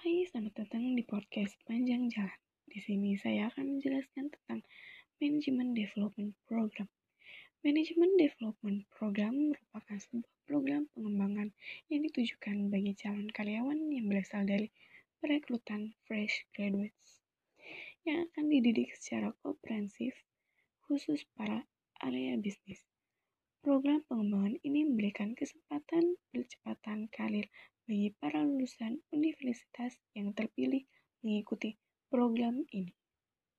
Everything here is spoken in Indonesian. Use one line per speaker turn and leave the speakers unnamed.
Hai, selamat datang di podcast Panjang Jalan. Di sini saya akan menjelaskan tentang Management Development Program. Management Development Program merupakan sebuah program pengembangan yang ditujukan bagi calon karyawan yang berasal dari perekrutan fresh graduates yang akan dididik secara komprehensif khusus para area bisnis. Program pengembangan ini memberikan kesempatan percepatan karir